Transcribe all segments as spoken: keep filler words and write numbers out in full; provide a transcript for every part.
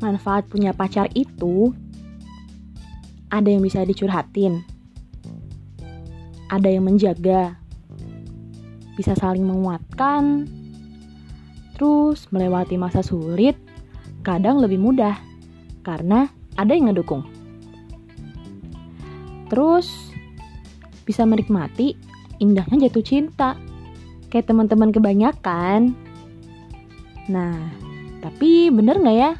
manfaat punya pacar itu ada yang bisa dicurhatin, ada yang menjaga, bisa saling menguatkan, terus melewati masa sulit kadang lebih mudah karena ada yang ngedukung. Terus bisa menikmati indahnya jatuh cinta kayak teman-teman kebanyakan. Nah, tapi bener gak ya?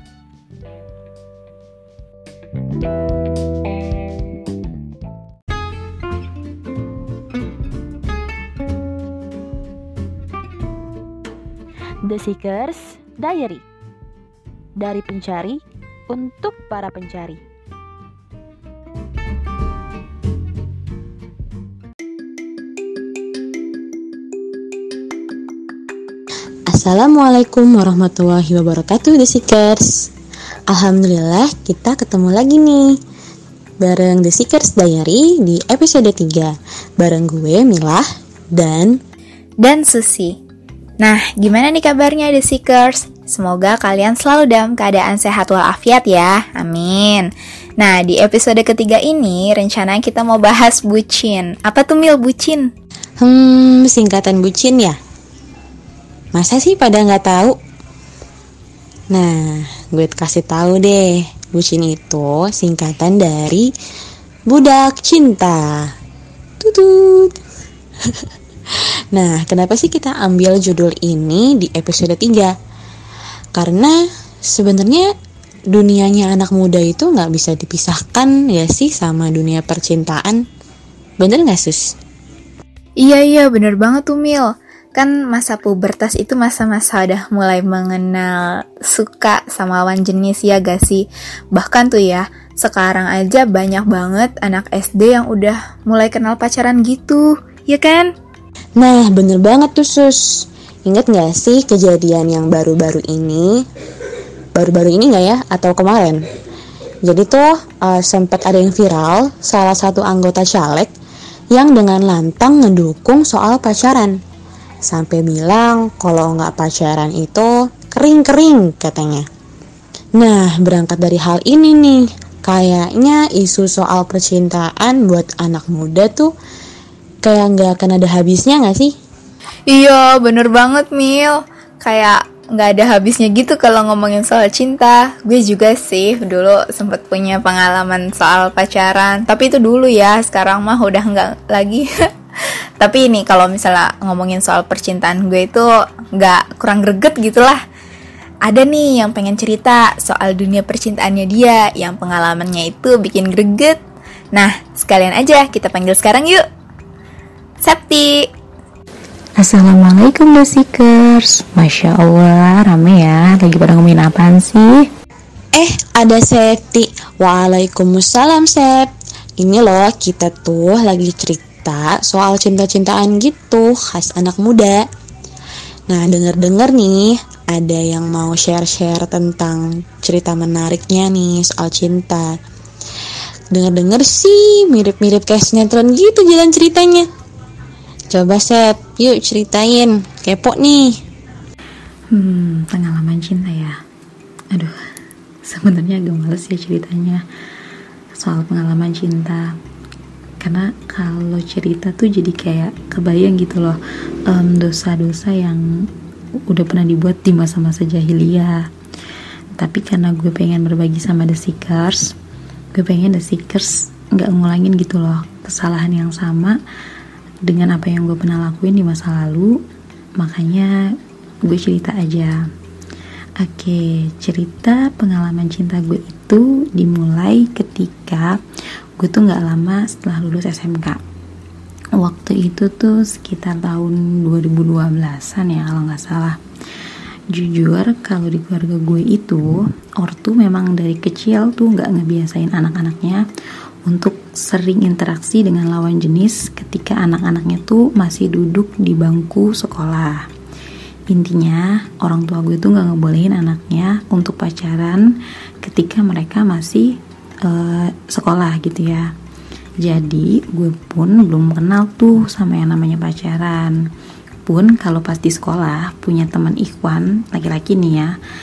The Seekers Diary. Dari pencari untuk para pencari. Assalamualaikum warahmatullahi wabarakatuh, The Seekers. Alhamdulillah kita ketemu lagi nih bareng The Seekers Diary di episode tiga. Bareng gue Milah dan Dan Susi. Nah, gimana nih kabarnya The Seekers? Semoga kalian selalu dalam keadaan sehat walafiat ya, amin. Nah, di episode ketiga ini rencananya kita mau bahas bucin. Apa tuh Mil, bucin? Hmm, singkatan bucin ya? Masa sih pada nggak tahu? Nah, gue kasih tahu deh. Bucin itu singkatan dari budak cinta. Tutut. Nah, kenapa sih kita ambil judul ini di episode tiga? Karena sebenarnya dunianya anak muda itu gak bisa dipisahkan ya sih sama dunia percintaan. Bener gak, Sus? Iya, iya, bener banget tuh Mil. Kan masa pubertas itu masa-masa udah mulai mengenal suka sama lawan jenis ya gak sih? Bahkan tuh ya, sekarang aja banyak banget anak S D yang udah mulai kenal pacaran gitu, ya kan? Nah, bener banget tuh Sus. Ingat gak sih kejadian yang baru-baru ini? Baru-baru ini gak ya? Atau kemarin? Jadi tuh uh, sempat ada yang viral salah satu anggota caleg yang dengan lantang ngedukung soal pacaran. Sampai bilang kalau gak pacaran itu kering-kering katanya. Nah, berangkat dari hal ini nih, kayaknya isu soal percintaan buat anak muda tuh kayak gak akan ada habisnya gak sih? Iya, bener banget Mil. Kayak gak ada habisnya gitu kalau ngomongin soal cinta. Gue juga sih dulu sempet punya pengalaman soal pacaran. Tapi itu dulu ya, sekarang mah udah gak lagi. Tapi ini kalau misalnya ngomongin soal percintaan gue itu gak kurang greget gitu lah. Ada nih yang pengen cerita soal dunia percintaannya dia, yang pengalamannya itu bikin greget. Nah, sekalian aja kita panggil sekarang yuk. Septi. Assalamualaikum The Seekers. Masya Allah, rame ya. Lagi pada ngomongin apaan sih? Eh, ada Septi. Waalaikumsalam Sep. Ini loh, kita tuh lagi cerita soal cinta-cintaan gitu, khas anak muda. Nah, denger-denger nih, ada yang mau share-share tentang cerita menariknya nih soal cinta. Denger-denger sih mirip-mirip kayak sinetron gitu jalan ceritanya. Coba Sep, yuk ceritain, kepo nih. Hmm, pengalaman cinta ya. Aduh, sebenarnya agak males ya ceritanya soal pengalaman cinta. Karena kalau cerita tuh jadi kayak kebayang gitu loh, um, dosa-dosa yang udah pernah dibuat di masa-masa jahiliyah. Tapi karena gue pengen berbagi sama The Seekers, gue pengen The Seekers gak ngulangin gitu loh kesalahan yang sama dengan apa yang gue pernah lakuin di masa lalu. Makanya gue cerita aja. Oke, cerita pengalaman cinta gue itu dimulai ketika gue tuh gak lama setelah lulus S M K. Waktu itu tuh sekitar tahun dua ribu dua belasan ya kalau gak salah. Jujur kalau di keluarga gue itu, ortu memang dari kecil tuh gak ngebiasain anak-anaknya untuk sering interaksi dengan lawan jenis ketika anak-anaknya tuh masih duduk di bangku sekolah. Intinya orang tua gue tuh gak ngebolehin anaknya untuk pacaran ketika mereka masih uh, sekolah gitu ya. Jadi gue pun belum kenal tuh sama yang namanya pacaran. Pun kalau pas di sekolah punya teman ikhwan laki-laki nih ya,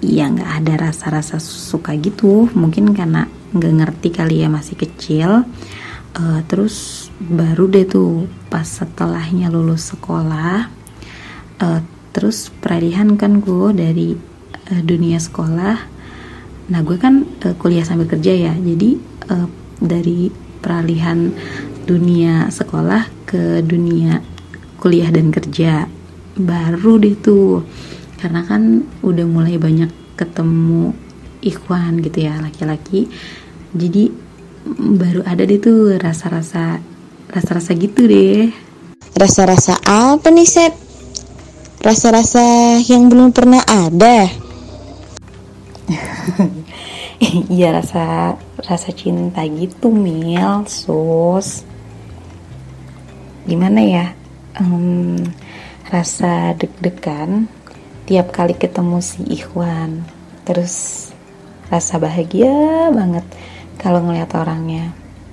ya nggak ada rasa-rasa suka gitu, mungkin karena nggak ngerti kali ya, masih kecil. Uh, terus baru deh tuh pas setelahnya lulus sekolah, uh, terus peralihan kan gue dari uh, dunia sekolah. Nah gue kan uh, kuliah sambil kerja ya, jadi uh, dari peralihan dunia sekolah ke dunia kuliah dan kerja baru deh tuh, karena kan udah mulai banyak ketemu ikhwan gitu ya, laki-laki, jadi baru ada deh tuh rasa-rasa rasa-rasa gitu deh. Rasa-rasa apa nih, Sep? Rasa-rasa yang belum pernah ada? Iya, rasa rasa cinta gitu, Mil, sus. Gimana ya? Um, rasa deg-degan tiap kali ketemu si Ikhwan. Terus rasa bahagia banget kalau ngeliat orangnya.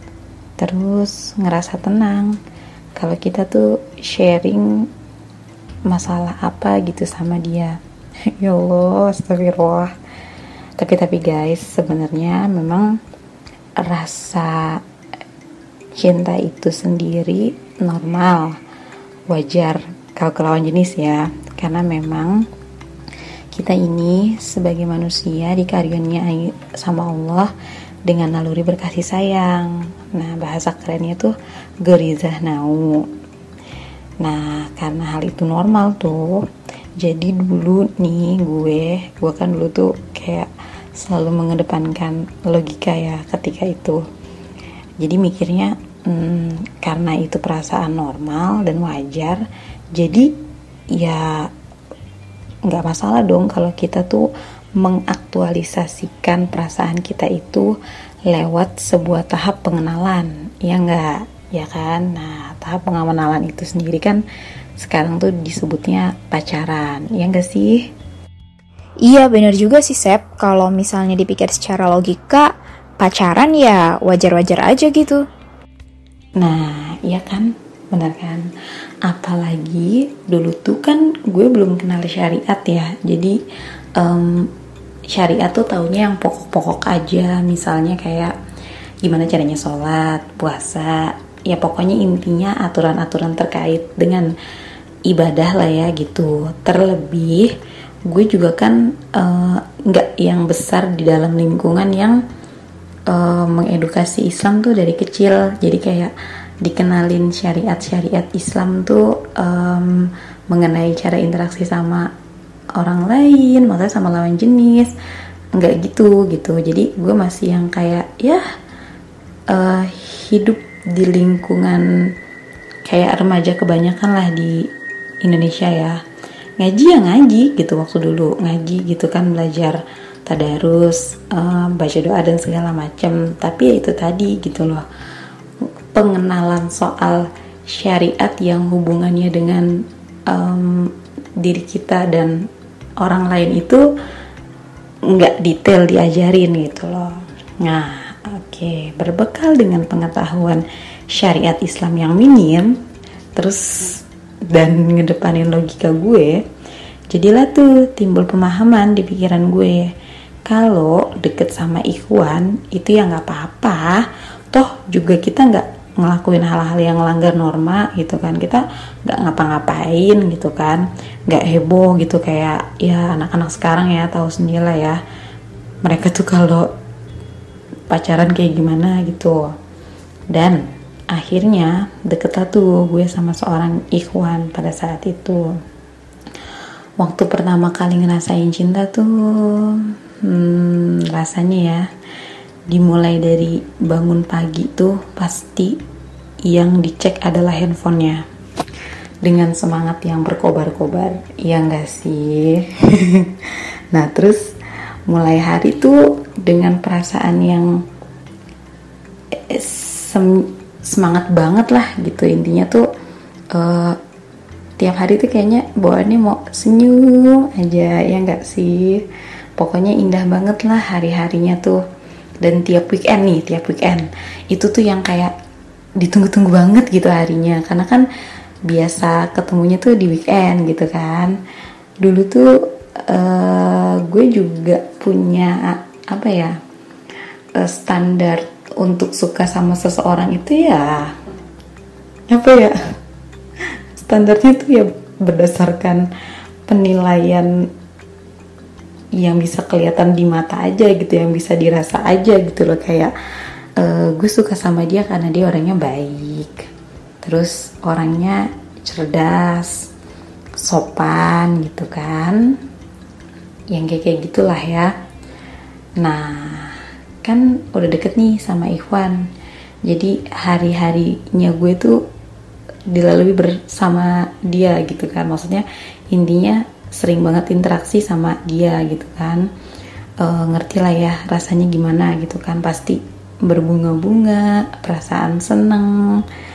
Terus ngerasa tenang kalau kita tuh sharing masalah apa gitu sama dia. Ya Allah, astagfirullah. Tapi tapi guys, sebenarnya memang rasa cinta itu sendiri normal, wajar kalau ke lawan jenis ya, karena memang kita ini sebagai manusia dikaruniai sama Allah dengan naluri berkasih sayang. Nah, bahasa kerennya tuh gerizah nau. Nah, karena hal itu normal tuh, jadi dulu nih gue, gue kan dulu tuh kayak selalu mengedepankan logika ya ketika itu. Jadi mikirnya, hmm, karena itu perasaan normal dan wajar, jadi ya nggak masalah dong kalau kita tuh mengaktualisasikan perasaan kita itu lewat sebuah tahap pengenalan, ya nggak, ya kan? Nah, tahap pengenalan itu sendiri kan sekarang tuh disebutnya pacaran, ya nggak sih? Iya benar juga sih Sep, kalau misalnya dipikir secara logika, pacaran ya wajar-wajar aja gitu. Nah, iya kan? Benar kan? Apalagi dulu tuh kan gue belum kenal syariat ya, jadi um, syariat tuh taunya yang pokok-pokok aja, misalnya kayak gimana caranya sholat, puasa, ya pokoknya intinya aturan-aturan terkait dengan ibadah lah ya gitu. Terlebih gue juga kan nggak uh, yang besar di dalam lingkungan yang uh, mengedukasi Islam tuh dari kecil, jadi kayak dikenalin syariat-syariat Islam tuh um, mengenai cara interaksi sama orang lain, maksudnya sama lawan jenis, nggak gitu gitu. Jadi gue masih yang kayak ya uh, hidup di lingkungan kayak remaja kebanyakan lah di Indonesia ya. Ngaji ya ngaji gitu, waktu dulu ngaji gitu kan, belajar tadarus, uh, baca doa dan segala macam. Tapi ya itu tadi gitu loh, pengenalan soal syariat yang hubungannya dengan um, diri kita dan orang lain itu nggak detail diajarin gitu loh. Nah, oke, okay. Berbekal dengan pengetahuan syariat Islam yang minim, terus dan ngedepanin logika gue, jadilah tuh timbul pemahaman di pikiran gue kalau deket sama ikhwan itu ya nggak apa-apa, toh juga kita nggak ngelakuin hal-hal yang melanggar norma gitu kan, kita nggak ngapa-ngapain gitu kan, nggak heboh gitu kayak ya anak-anak sekarang ya, tahu sendiri lah ya mereka tuh kalau pacaran kayak gimana gitu. Dan akhirnya deketlah tuh gue sama seorang ikhwan pada saat itu. Waktu pertama kali ngerasain cinta tuh hmm, rasanya ya dimulai dari bangun pagi tuh pasti yang dicek adalah handphonenya dengan semangat yang berkobar-kobar, ya enggak sih? Nah terus mulai hari tuh dengan perasaan yang sem- semangat banget lah gitu, intinya tuh uh, tiap hari tuh kayaknya bawaannya mau senyum aja, ya enggak sih? Pokoknya indah banget lah hari-harinya tuh. Dan tiap weekend nih, tiap weekend itu tuh yang kayak ditunggu-tunggu banget gitu harinya, karena kan biasa ketemunya tuh di weekend gitu kan. Dulu tuh uh, gue juga punya apa ya uh, standar untuk suka sama seseorang itu ya apa ya standarnya itu ya berdasarkan penilaian yang bisa kelihatan di mata aja gitu, yang bisa dirasa aja gitu loh. Kayak uh, gue suka sama dia karena dia orangnya baik, terus orangnya cerdas, sopan gitu kan, yang kayak kayak gitulah ya. Nah kan udah deket nih sama Ikhwan, jadi hari-harinya gue tuh dilalui bersama dia gitu kan. Maksudnya intinya sering banget interaksi sama dia gitu kan. E, ngerti lah ya rasanya gimana gitu kan, pasti berbunga-bunga, perasaan seneng,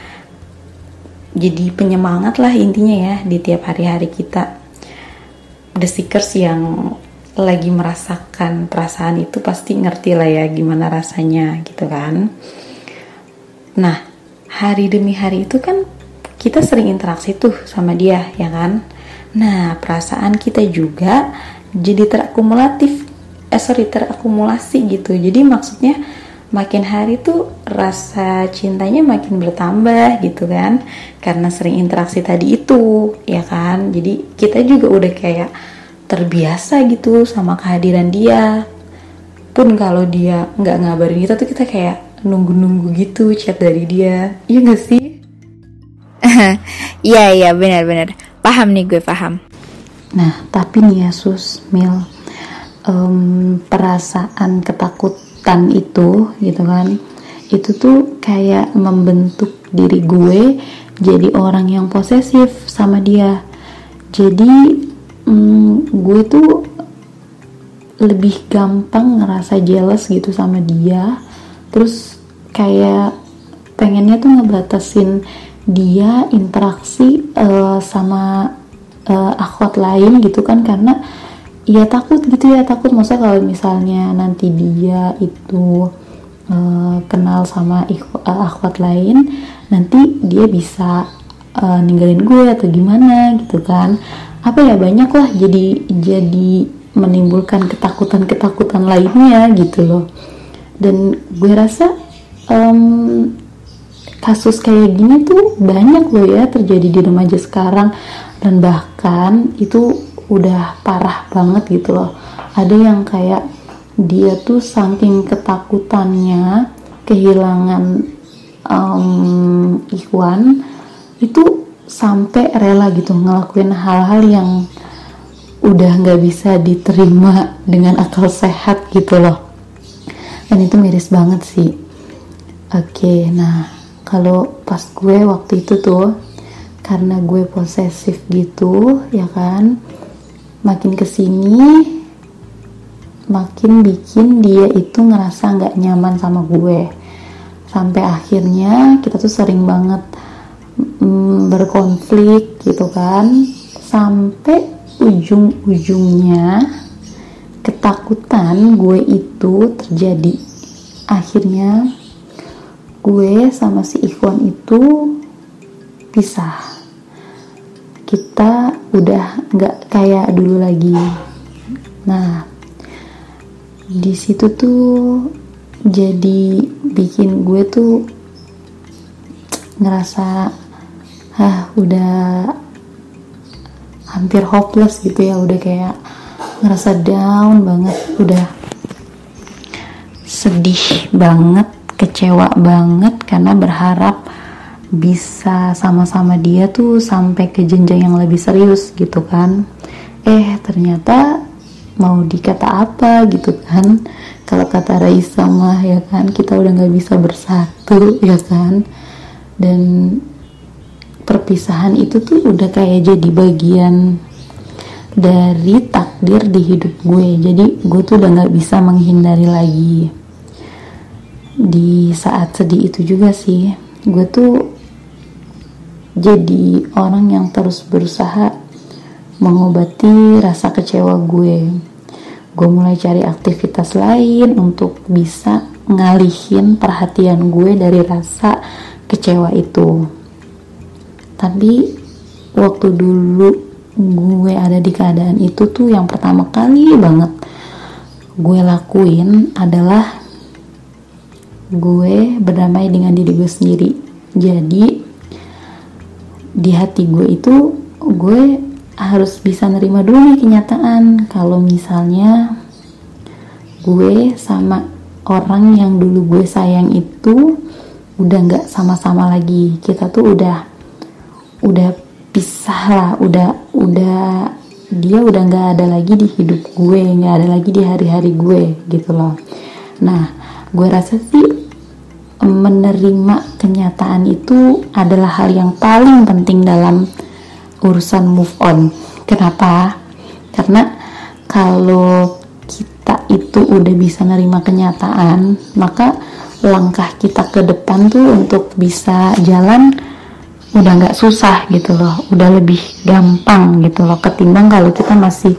jadi penyemangat lah intinya ya di tiap hari-hari kita. The Seekers yang lagi merasakan perasaan itu pasti ngerti lah ya gimana rasanya gitu kan. Nah hari demi hari itu kan kita sering interaksi tuh sama dia ya kan. Nah perasaan kita juga jadi terakumulatif, eh sorry terakumulasi gitu. Jadi maksudnya makin hari tuh rasa cintanya makin bertambah gitu kan, karena sering interaksi tadi itu ya kan. Jadi kita juga udah kayak terbiasa gitu sama kehadiran dia. Pun kalau dia nggak ngabarin kita tuh kita kayak nunggu-nunggu gitu chat dari dia. Iya nggak sih? Iya iya benar-benar paham nih, gue paham. Nah tapi nih ya Sus, Mil, um, perasaan ketakutan itu gitu kan, itu tuh kayak membentuk diri gue jadi orang yang posesif sama dia. Jadi um, gue tuh lebih gampang ngerasa jealous gitu sama dia. Terus kayak pengennya tuh ngebatasin dia interaksi uh, sama uh, akhwat lain gitu kan, karena ya takut gitu ya, takut masa kalau misalnya nanti dia itu uh, kenal sama ikh- uh, akhwat lain, nanti dia bisa uh, ninggalin gue atau gimana gitu kan. Apa ya, banyak lah jadi jadi menimbulkan ketakutan-ketakutan lainnya gitu loh. Dan gue rasa um, kasus kayak gini tuh banyak loh ya terjadi di remaja sekarang, dan bahkan itu udah parah banget gitu loh. Ada yang kayak dia tuh saking ketakutannya kehilangan um, Ikhwan itu sampai rela gitu ngelakuin hal-hal yang udah nggak bisa diterima dengan akal sehat gitu loh. Dan itu miris banget sih. Oke, nah kalau pas gue waktu itu tuh, karena gue posesif gitu ya kan, makin kesini makin bikin dia itu ngerasa gak nyaman sama gue. Sampai akhirnya kita tuh sering banget mm, berkonflik gitu kan. Sampai ujung-ujungnya ketakutan gue itu terjadi. Akhirnya gue sama si Ikhwan itu pisah. Kita udah nggak kayak dulu lagi. Nah, di situ tuh jadi bikin gue tuh ngerasa, ah udah hampir hopeless gitu ya, udah kayak ngerasa down banget, udah sedih banget, kecewa banget karena berharap bisa sama-sama dia tuh sampai ke jenjang yang lebih serius gitu kan. Eh ternyata mau dikata apa gitu kan, kalau kata Raisa mah ya kan, kita udah gak bisa bersatu ya kan. Dan perpisahan itu tuh udah kayak jadi bagian dari takdir di hidup gue. Jadi gue tuh udah gak bisa menghindari lagi. Di saat sedih itu juga sih, gue tuh jadi orang yang terus berusaha mengobati rasa kecewa gue. Gue mulai cari aktivitas lain untuk bisa ngalihin perhatian gue dari rasa kecewa itu. Tapi waktu dulu gue ada di keadaan itu tuh yang pertama kali banget gue lakuin adalah gue berdamai dengan diri gue sendiri. Jadi di hati gue itu gue harus bisa nerima dulu nih kenyataan kalau misalnya gue sama orang yang dulu gue sayang itu udah nggak sama-sama lagi. Kita tuh udah udah pisah lah, udah udah dia udah nggak ada lagi di hidup gue, nggak ada lagi di hari-hari gue gitu loh. Nah, gue rasa sih menerima kenyataan itu adalah hal yang paling penting dalam urusan move on. Kenapa? Karena kalau kita itu udah bisa nerima kenyataan, maka langkah kita ke depan tuh untuk bisa jalan udah nggak susah gitu loh, udah lebih gampang gitu loh, ketimbang kalau kita masih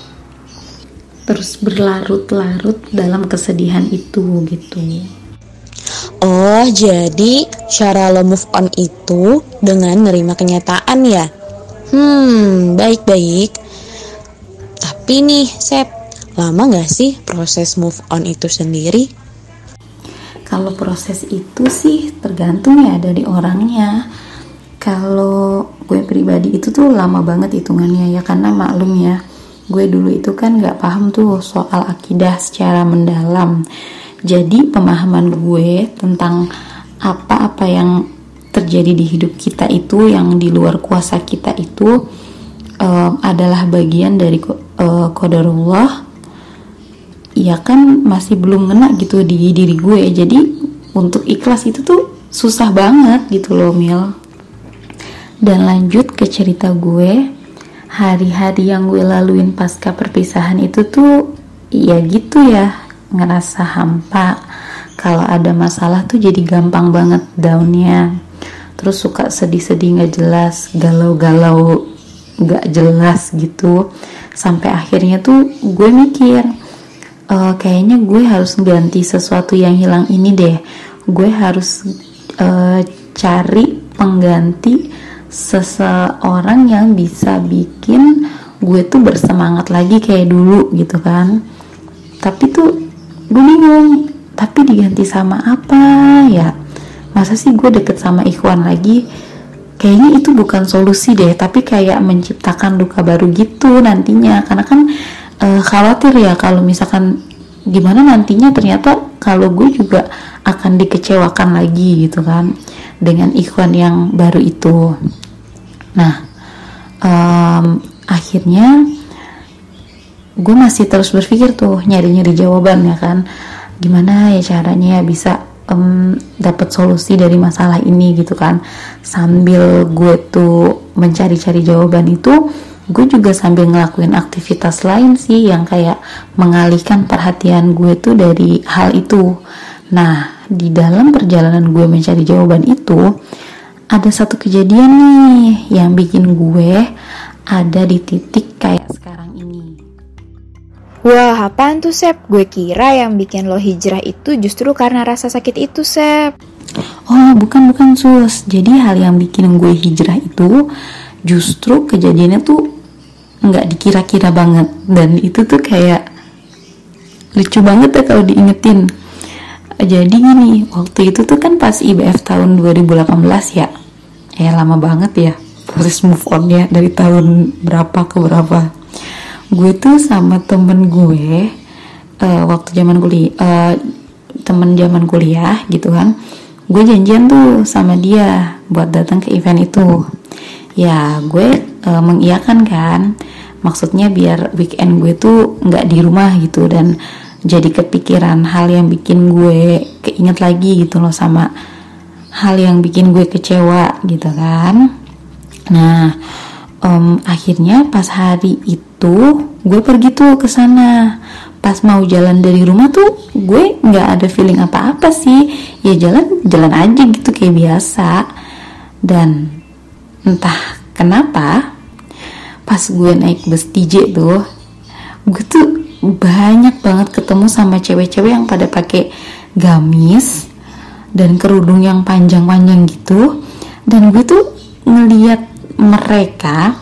terus berlarut-larut dalam kesedihan itu gitu. Oh, jadi cara lo move on itu dengan nerima kenyataan ya? Hmm, baik-baik. Tapi nih, Sep, lama gak sih proses move on itu sendiri? Kalau proses itu sih tergantung ya dari orangnya. Kalau gue pribadi itu tuh lama banget hitungannya ya, karena maklum ya, gue dulu itu kan gak paham tuh soal akidah secara mendalam. Jadi pemahaman gue tentang apa-apa yang terjadi di hidup kita itu yang di luar kuasa kita itu uh, adalah bagian dari uh, qadarullah. Ya kan masih belum ngena gitu di diri gue. Jadi untuk ikhlas itu tuh susah banget gitu loh, Mil. Dan lanjut ke cerita gue, hari-hari yang gue laluin pasca perpisahan itu tuh ya gitu ya, ngerasa hampa. Kalau ada masalah tuh jadi gampang banget downnya. Terus suka sedih-sedih gak jelas, galau-galau gak jelas gitu. Sampai akhirnya tuh gue mikir, e, kayaknya gue harus ganti sesuatu yang hilang ini deh. Gue harus e, cari pengganti seseorang yang bisa bikin gue tuh bersemangat lagi kayak dulu gitu kan. Tapi tuh gue bingung, tapi diganti sama apa ya? Masa sih gue deket sama Ikhwan lagi? Kayaknya itu bukan solusi deh, tapi kayak menciptakan luka baru gitu nantinya. Karena kan e, khawatir ya kalau misalkan gimana nantinya ternyata kalau gue juga akan dikecewakan lagi gitu kan dengan Ikhwan yang baru itu. Nah, um, akhirnya gue masih terus berpikir tuh, nyari-nyari jawaban ya kan, gimana ya caranya bisa um, dapat solusi dari masalah ini gitu kan. Sambil gue tuh mencari-cari jawaban itu, gue juga sambil ngelakuin aktivitas lain sih yang kayak mengalihkan perhatian gue tuh dari hal itu. Nah, di dalam perjalanan gue mencari jawaban itu, ada satu kejadian nih yang bikin gue ada di titik kayak sekarang ini. Wah, apaan tuh, Sep? Gue kira yang bikin lo hijrah itu justru karena rasa sakit itu, Sep. Oh, bukan-bukan sus. Jadi hal yang bikin gue hijrah itu justru kejadiannya tuh nggak dikira-kira banget. Dan itu tuh kayak lucu banget ya kalau diingetin. Jadi gini, waktu itu tuh kan pas I B F tahun dua ribu delapan belas ya. Ya lama banget ya proses move on ya, dari tahun berapa ke berapa. Gue tuh sama temen gue uh, waktu zaman kuliah, uh, temen zaman kuliah gitu kan. Gue janjian tuh sama dia buat datang ke event itu. Ya gue uh, mengiyakan kan. Maksudnya biar weekend gue tuh nggak di rumah gitu, dan jadi kepikiran hal yang bikin gue keinget lagi gitu loh sama hal yang bikin gue kecewa gitu kan. Nah, um, akhirnya pas hari itu gue pergi tuh ke sana. Pas mau jalan dari rumah tuh gue nggak ada feeling apa-apa sih. Ya jalan jalan aja gitu kayak biasa. Dan entah kenapa pas gue naik bus T J tuh, gue tuh banyak banget ketemu sama cewek-cewek yang pada pakai gamis dan kerudung yang panjang-panjang gitu. Dan gue tuh ngeliat mereka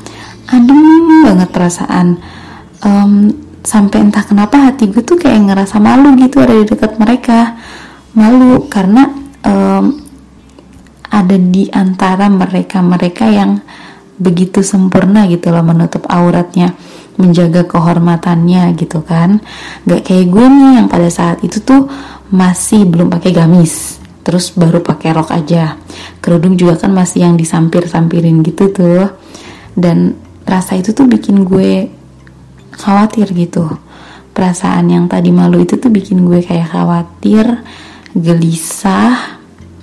adem banget perasaan. um, Sampai entah kenapa hati gue tuh kayak ngerasa malu gitu ada di dekat mereka. Malu karena um, ada di antara mereka-mereka yang begitu sempurna gitu loh menutup auratnya, menjaga kehormatannya gitu kan. Gak kayak gue nih yang pada saat itu tuh masih belum pakai gamis, terus baru pakai rok aja. Kerudung juga kan masih yang disampir-sampirin gitu tuh. Dan rasa itu tuh bikin gue khawatir gitu. Perasaan yang tadi malu itu tuh bikin gue kayak khawatir, gelisah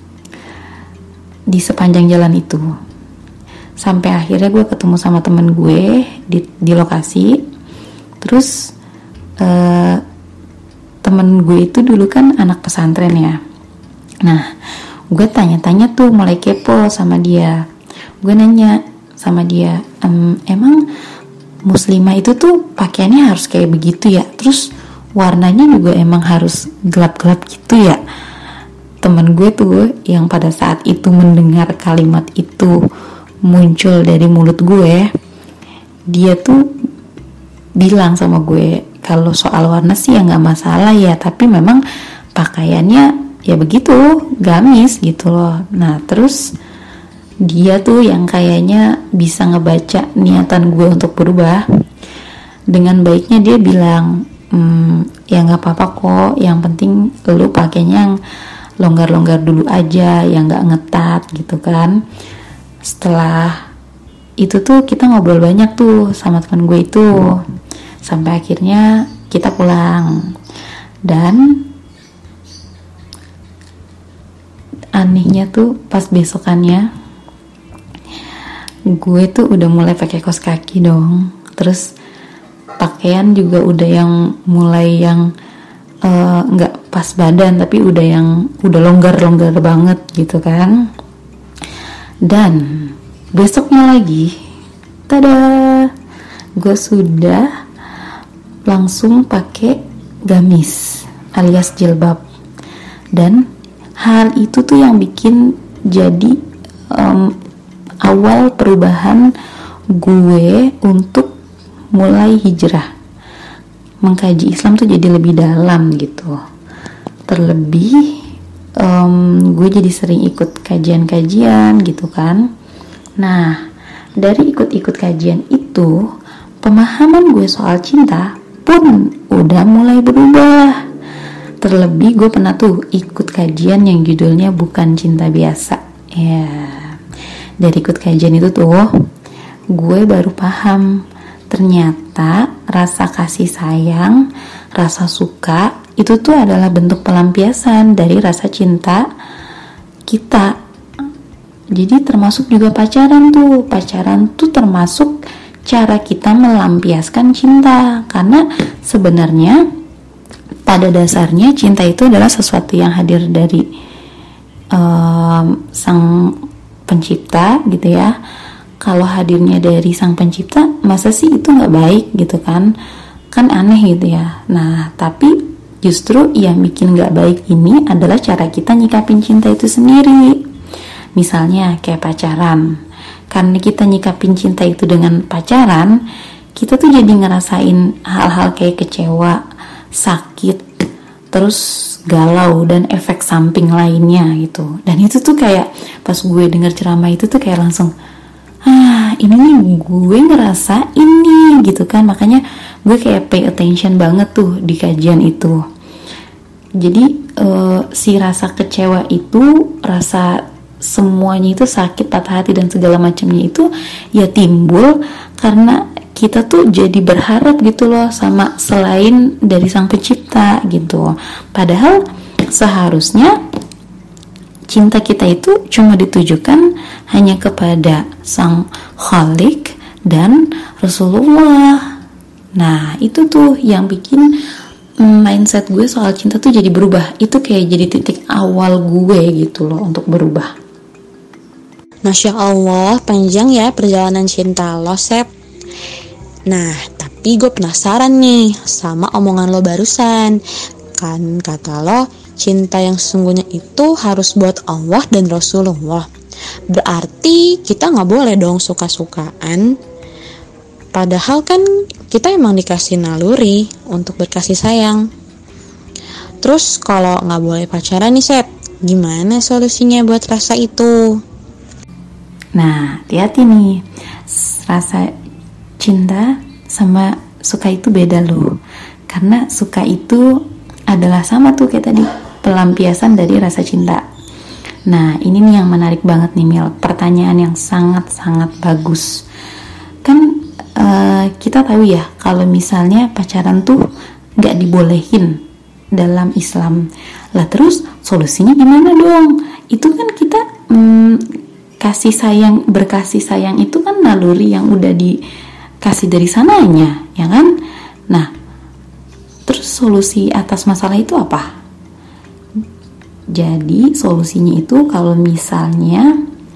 di sepanjang jalan itu. Sampai akhirnya gue ketemu sama temen gue di, di lokasi. Terus uh, temen gue itu dulu kan anak pesantren ya. Nah, gue tanya-tanya tuh, mulai kepo sama dia. Gue nanya sama dia, ehm, emang muslimah itu tuh pakaiannya harus kayak begitu ya? Terus warnanya juga emang harus gelap-gelap gitu ya? Temen gue tuh yang pada saat itu mendengar kalimat itu muncul dari mulut gue, dia tuh bilang sama gue, kalau soal warna sih ya gak masalah ya, tapi memang pakaiannya ya begitu, gamis gitu loh. Nah terus dia tuh yang kayaknya bisa ngebaca niatan gue untuk berubah. Dengan baiknya dia bilang, hmm, ya gak apa-apa kok, yang penting lu pakainya yang longgar-longgar dulu aja, yang gak ngetat gitu kan. Setelah itu tuh kita ngobrol banyak tuh sama teman gue itu, sampai akhirnya kita pulang. Dan anehnya tuh pas besokannya gue tuh udah mulai pakai kaos kaki dong. Terus pakaian juga udah yang mulai yang nggak uh, pas badan, tapi udah yang udah longgar-longgar banget gitu kan. Dan besoknya lagi, tada, gue sudah langsung pakai gamis alias jilbab. Dan hal itu tuh yang bikin jadi um, awal perubahan gue untuk mulai hijrah, mengkaji Islam tuh jadi lebih dalam gitu. Terlebih um, gue jadi sering ikut kajian-kajian gitu kan. Nah dari ikut-ikut kajian itu, pemahaman gue soal cinta pun udah mulai berubah. Terlebih gue pernah tuh ikut kajian yang judulnya Bukan Cinta Biasa ya. Dari ikut kajian itu tuh gue baru paham, ternyata rasa kasih sayang, rasa suka itu tuh adalah bentuk pelampiasan dari rasa cinta kita. Jadi termasuk juga pacaran tuh. Pacaran tuh termasuk cara kita melampiaskan cinta. Karena sebenarnya pada dasarnya cinta itu adalah sesuatu yang hadir dari um, sang pencipta gitu ya. Kalau hadirnya dari sang pencipta, masa sih itu gak baik gitu kan? Kan aneh gitu ya. Nah tapi justru yang bikin gak baik ini adalah cara kita nyikapin cinta itu sendiri. Misalnya kayak pacaran, karena kita nyikapin cinta itu dengan pacaran, kita tuh jadi ngerasain hal-hal kayak kecewa, sakit, terus galau dan efek samping lainnya gitu. Dan itu tuh kayak pas gue denger ceramah itu tuh kayak langsung, ah ini nih gue ngerasa ini gitu kan. Makanya gue kayak pay attention banget tuh di kajian itu. Jadi uh, si rasa kecewa itu, rasa semuanya itu sakit, patah hati dan segala macamnya itu ya timbul karena kita tuh jadi berharap gitu loh sama selain dari sang pencipta gitu. Padahal seharusnya cinta kita itu cuma ditujukan hanya kepada sang Khalik dan Rasulullah. Nah itu tuh yang bikin mindset gue soal cinta tuh jadi berubah. Itu kayak jadi titik awal gue gitu loh untuk berubah. Masya Allah, panjang ya perjalanan cinta lo, Sep. Nah, tapi gue penasaran nih sama omongan lo barusan. Kan kata lo, cinta yang sesungguhnya itu harus buat Allah dan Rasulullah. Berarti kita gak boleh dong suka-sukaan. Padahal kan kita emang dikasih naluri untuk berkasih sayang. Terus kalau nggak boleh pacaran nih Sep, gimana solusinya buat rasa itu? Nah, hati-hati nih. Rasa cinta sama suka itu beda loh. Karena suka itu adalah sama tuh kayak tadi, pelampiasan dari rasa cinta. Nah, ini nih yang menarik banget nih Mil. Pertanyaan yang sangat-sangat bagus. Kan uh, kita tahu ya kalau misalnya pacaran tuh gak dibolehin dalam Islam. Lah terus solusinya gimana dong? Itu kan kita hmm, kasih sayang, berkasih sayang itu kan naluri yang udah dikasih dari sananya, ya kan? Nah, terus solusi atas masalah itu apa? Jadi solusinya itu kalau misalnya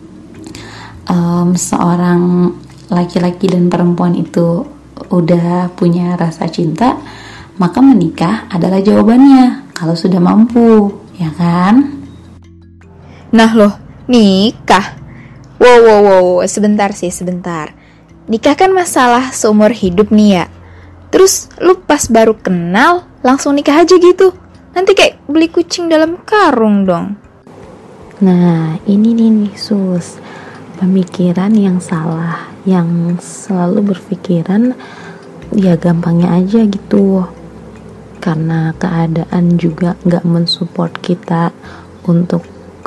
um, seorang laki-laki dan perempuan itu udah punya rasa cinta, maka menikah adalah jawabannya kalau sudah mampu, ya kan? Nah loh, nikah. Wow, wow, wow, sebentar sih, sebentar. Nikah kan masalah seumur hidup nih ya. Terus lu pas baru kenal, langsung nikah aja gitu. Nanti kayak beli kucing dalam karung dong. Nah, ini nih, nih sus, pemikiran yang salah, yang selalu berpikiran ya gampangnya aja gitu. Karena keadaan juga gak mensupport kita untuk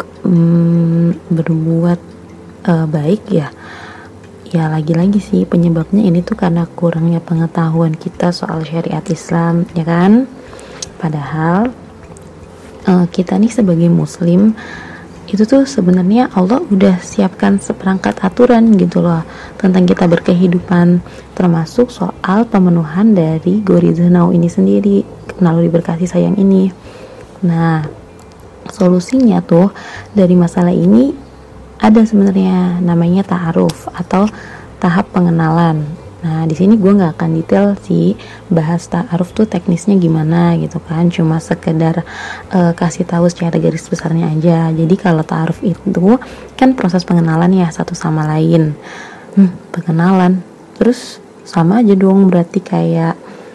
mm, berbuat uh, baik ya. Ya lagi-lagi sih penyebabnya ini tuh karena kurangnya pengetahuan kita soal syariat Islam, ya kan? Padahal uh, kita nih sebagai muslim itu tuh sebenarnya Allah udah siapkan seperangkat aturan gitu loh tentang kita berkehidupan, termasuk soal pemenuhan dari Ghoriza Now ini sendiri, naluri berkasih sayang ini. Nah, solusinya tuh dari masalah ini ada sebenarnya namanya ta'aruf atau tahap pengenalan. Nah, di sini gue nggak akan detail sih bahas ta'aruf tuh teknisnya gimana gitu kan, cuma sekedar uh, kasih tahu secara garis besarnya aja. Jadi kalau ta'aruf itu kan proses pengenalan ya satu sama lain. Hmm, pengenalan, terus sama aja dong berarti kayak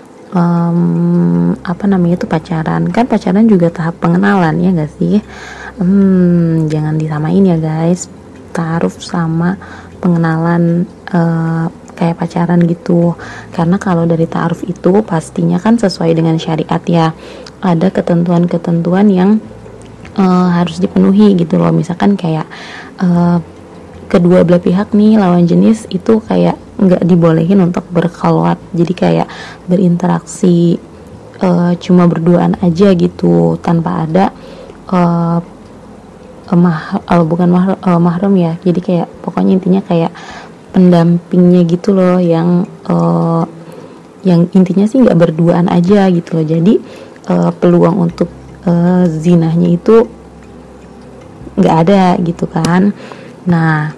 um, apa namanya tuh pacaran. Kan pacaran juga tahap pengenalan ya nggak sih? Hmm, jangan disamain ya guys. Ta'aruf sama pengenalan uh, kayak pacaran gitu. Karena kalau dari ta'aruf itu pastinya kan sesuai dengan syariat ya, ada ketentuan-ketentuan yang uh, harus dipenuhi gitu loh. Misalkan kayak uh, kedua belah pihak nih lawan jenis itu kayak nggak dibolehin untuk berkhalwat, jadi kayak berinteraksi uh, cuma berduaan aja gitu tanpa ada uh, uh, mah, uh, bukan mah, uh, mahram ya. Jadi kayak pokoknya intinya kayak pendampingnya gitu loh, yang uh, yang intinya sih nggak berduaan aja gitu loh. Jadi uh, peluang untuk uh, zinahnya itu nggak ada gitu kan. Nah,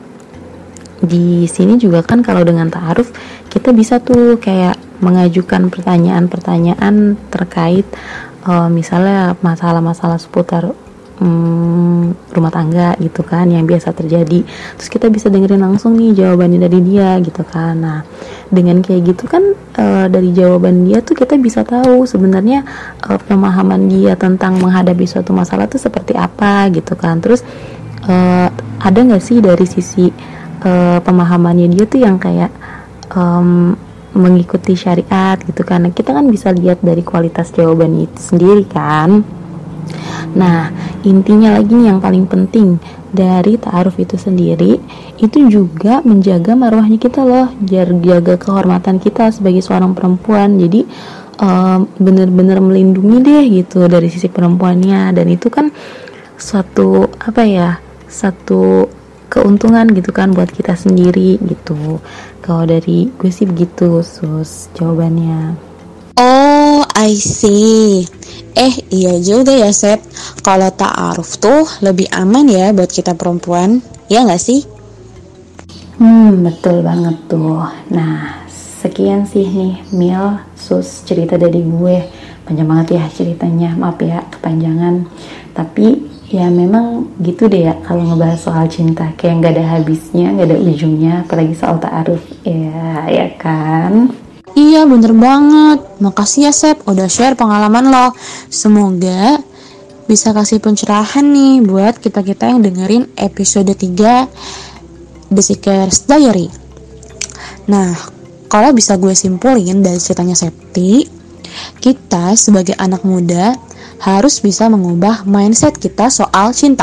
di sini juga kan kalau dengan ta'aruf kita bisa tuh kayak mengajukan pertanyaan-pertanyaan terkait uh, misalnya masalah-masalah seputar Hmm, rumah tangga gitu kan yang biasa terjadi, terus kita bisa dengerin langsung nih jawabannya dari dia gitu kan. Nah, dengan kayak gitu kan e, dari jawaban dia tuh kita bisa tahu sebenarnya e, pemahaman dia tentang menghadapi suatu masalah tuh seperti apa gitu kan. Terus e, ada nggak sih dari sisi e, pemahamannya dia tuh yang kayak um, mengikuti syariat gitu kan. Nah, kita kan bisa lihat dari kualitas jawabannya itu sendiri kan. Nah, intinya lagi nih yang paling penting dari ta'aruf itu sendiri, itu juga menjaga marwahnya kita loh, jaga kehormatan kita sebagai seorang perempuan. Jadi um, bener-bener melindungi deh gitu dari sisi perempuannya, dan itu kan suatu apa ya, satu keuntungan gitu kan buat kita sendiri gitu. Kalau dari gue sih begitu sus jawabannya. Oh, I see. Eh, iya juga ya, Sep. Kalau ta'aruf tuh lebih aman ya buat kita perempuan, ya nggak sih? Hmm, betul banget tuh. Nah, sekian sih nih, Mil, sus, cerita dari gue. Panjang banget ya ceritanya, maaf ya kepanjangan. Tapi Ya memang gitu deh ya, kalau ngebahas soal cinta kayak nggak ada habisnya, nggak ada ujungnya, apalagi soal ta'aruf ya, ya kan? Iya bener banget. Makasih ya Sep udah share pengalaman lo. Semoga bisa kasih pencerahan nih buat kita-kita yang dengerin episode tiga The Seeker's Diary. Nah, kalau bisa gue simpulin dari ceritanya Septi, kita sebagai anak muda harus bisa mengubah mindset kita soal cinta.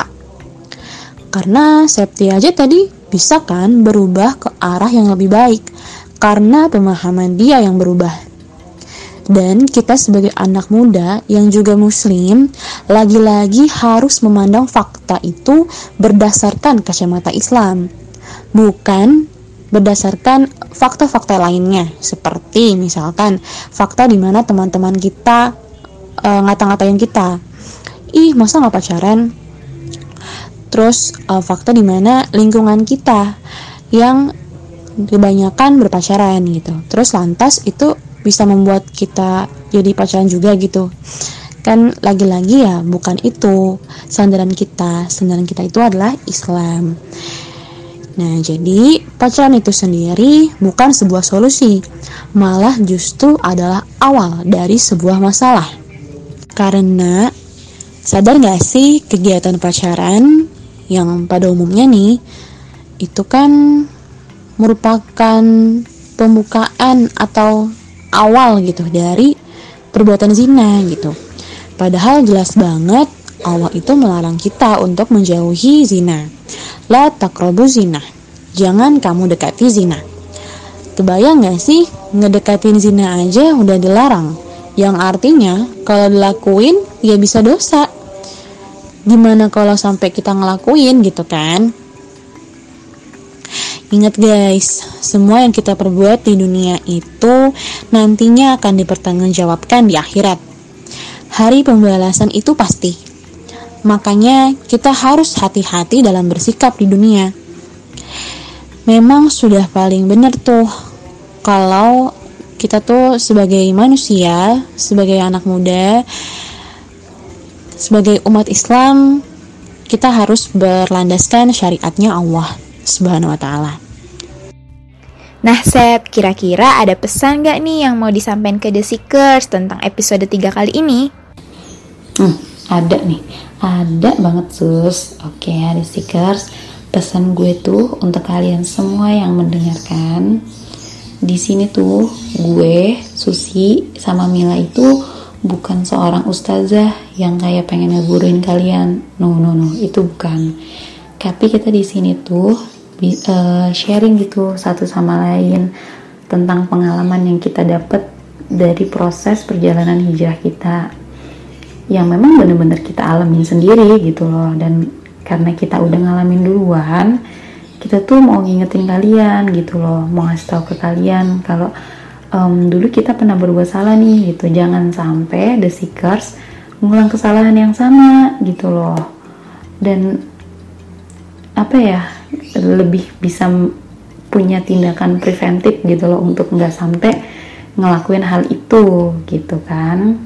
Karena Septi aja tadi bisa kan berubah ke arah yang lebih baik karena pemahaman dia yang berubah. Dan kita sebagai anak muda yang juga muslim, lagi-lagi harus memandang fakta itu berdasarkan kacamata Islam, bukan berdasarkan fakta-fakta lainnya, seperti misalkan fakta di mana teman-teman kita e, ngata-ngatain kita, ih masa nggak pacaran. Terus e, fakta di mana lingkungan kita yang kebanyakan berpacaran gitu, terus lantas itu bisa membuat kita jadi pacaran juga gitu kan. Lagi-lagi ya bukan itu sandaran kita, sandaran kita itu adalah Islam. Nah, jadi pacaran itu sendiri bukan sebuah solusi, malah justru adalah awal dari sebuah masalah. Karena sadar gak sih, kegiatan pacaran yang pada umumnya nih itu kan merupakan pembukaan atau awal gitu dari perbuatan zina gitu. Padahal jelas banget Allah itu melarang kita untuk menjauhi zina. La taqrabu zina, jangan kamu dekati zina. Kebayang gak sih, ngedekatin zina aja udah dilarang, yang artinya kalau dilakuin ya bisa dosa. Gimana kalau sampai kita ngelakuin gitu kan? Ingat guys, semua yang kita perbuat di dunia itu nantinya akan dipertanggungjawabkan di akhirat. Hari pembalasan itu pasti. Makanya kita harus hati-hati dalam bersikap di dunia. Memang sudah paling benar tuh kalau kita tuh sebagai manusia, sebagai anak muda, sebagai umat Islam, kita harus berlandaskan syariatnya Allah Subhanahu wa ta'ala. Nah Sep, kira-kira ada pesan gak nih yang mau disampaikan ke The Seekers tentang episode tiga kali ini? Hmm, ada nih, ada banget sus. Oke ya The Seekers, pesan gue tuh untuk kalian semua yang mendengarkan. Di sini tuh gue, Susi, sama Mila itu bukan seorang ustazah yang kayak pengen ngeguruin kalian. No no no, itu bukan. Tapi kita di sini tuh Uh, sharing gitu satu sama lain tentang pengalaman yang kita dapat dari proses perjalanan hijrah kita yang memang benar-benar kita alamin sendiri gitu loh. Dan karena kita udah ngalamin duluan, kita tuh mau ngingetin kalian gitu loh, mau ngasih tahu ke kalian kalau um, dulu kita pernah berbuat salah nih gitu. Jangan sampai The Seekers ngulang kesalahan yang sama gitu loh. Dan apa ya, lebih bisa punya tindakan preventif gitu loh untuk nggak sampai ngelakuin hal itu gitu kan.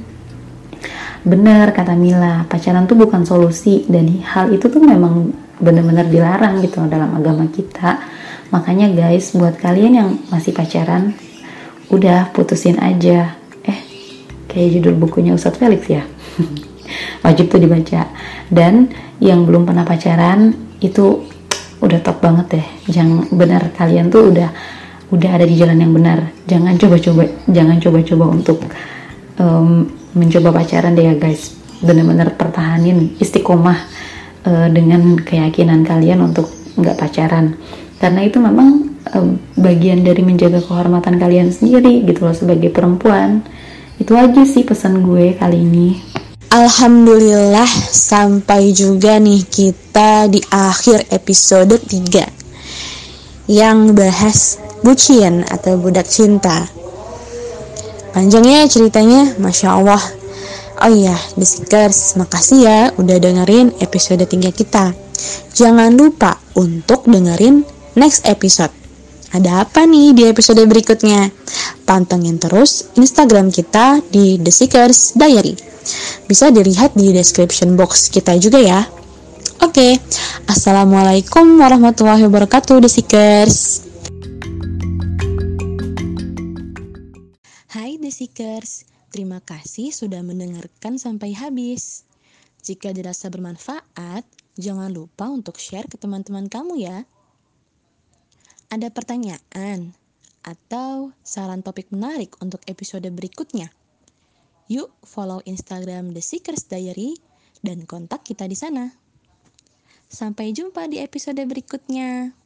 Bener kata Mila, pacaran tuh bukan solusi dan hal itu tuh memang benar-benar dilarang gitu loh dalam agama kita. Makanya guys, buat kalian yang masih pacaran, udah putusin aja. Eh, kayak judul bukunya Ustadz Felix ya. Wajib tuh dibaca. Dan yang belum pernah pacaran itu udah top banget deh. Jangan, benar kalian tuh udah udah ada di jalan yang benar. Jangan coba-coba, jangan coba-coba untuk um, mencoba pacaran deh ya guys. Benar-benar pertahanin istiqomah uh, dengan keyakinan kalian untuk nggak pacaran. Karena itu memang um, bagian dari menjaga kehormatan kalian sendiri gitu loh sebagai perempuan. Itu aja sih pesan gue kali ini. Alhamdulillah sampai juga nih kita di akhir episode tiga yang bahas bucin atau budak cinta. Panjangnya ceritanya, Masya Allah. Oh iya, The Seekers, makasih ya udah dengerin episode tiga kita. Jangan lupa untuk dengerin next episode. Ada apa nih di episode berikutnya? Pantengin terus Instagram kita di The Seekers Diary. Bisa dilihat di description box kita juga ya. Oke, assalamualaikum warahmatullahi wabarakatuh, The Seekers. Hai The Seekers, terima kasih sudah mendengarkan sampai habis. Jika dirasa bermanfaat, jangan lupa untuk share ke teman-teman kamu ya. Ada pertanyaan atau saran topik menarik untuk episode berikutnya? Yuk follow Instagram The Seekers Diary dan kontak kita di sana. Sampai jumpa di episode berikutnya.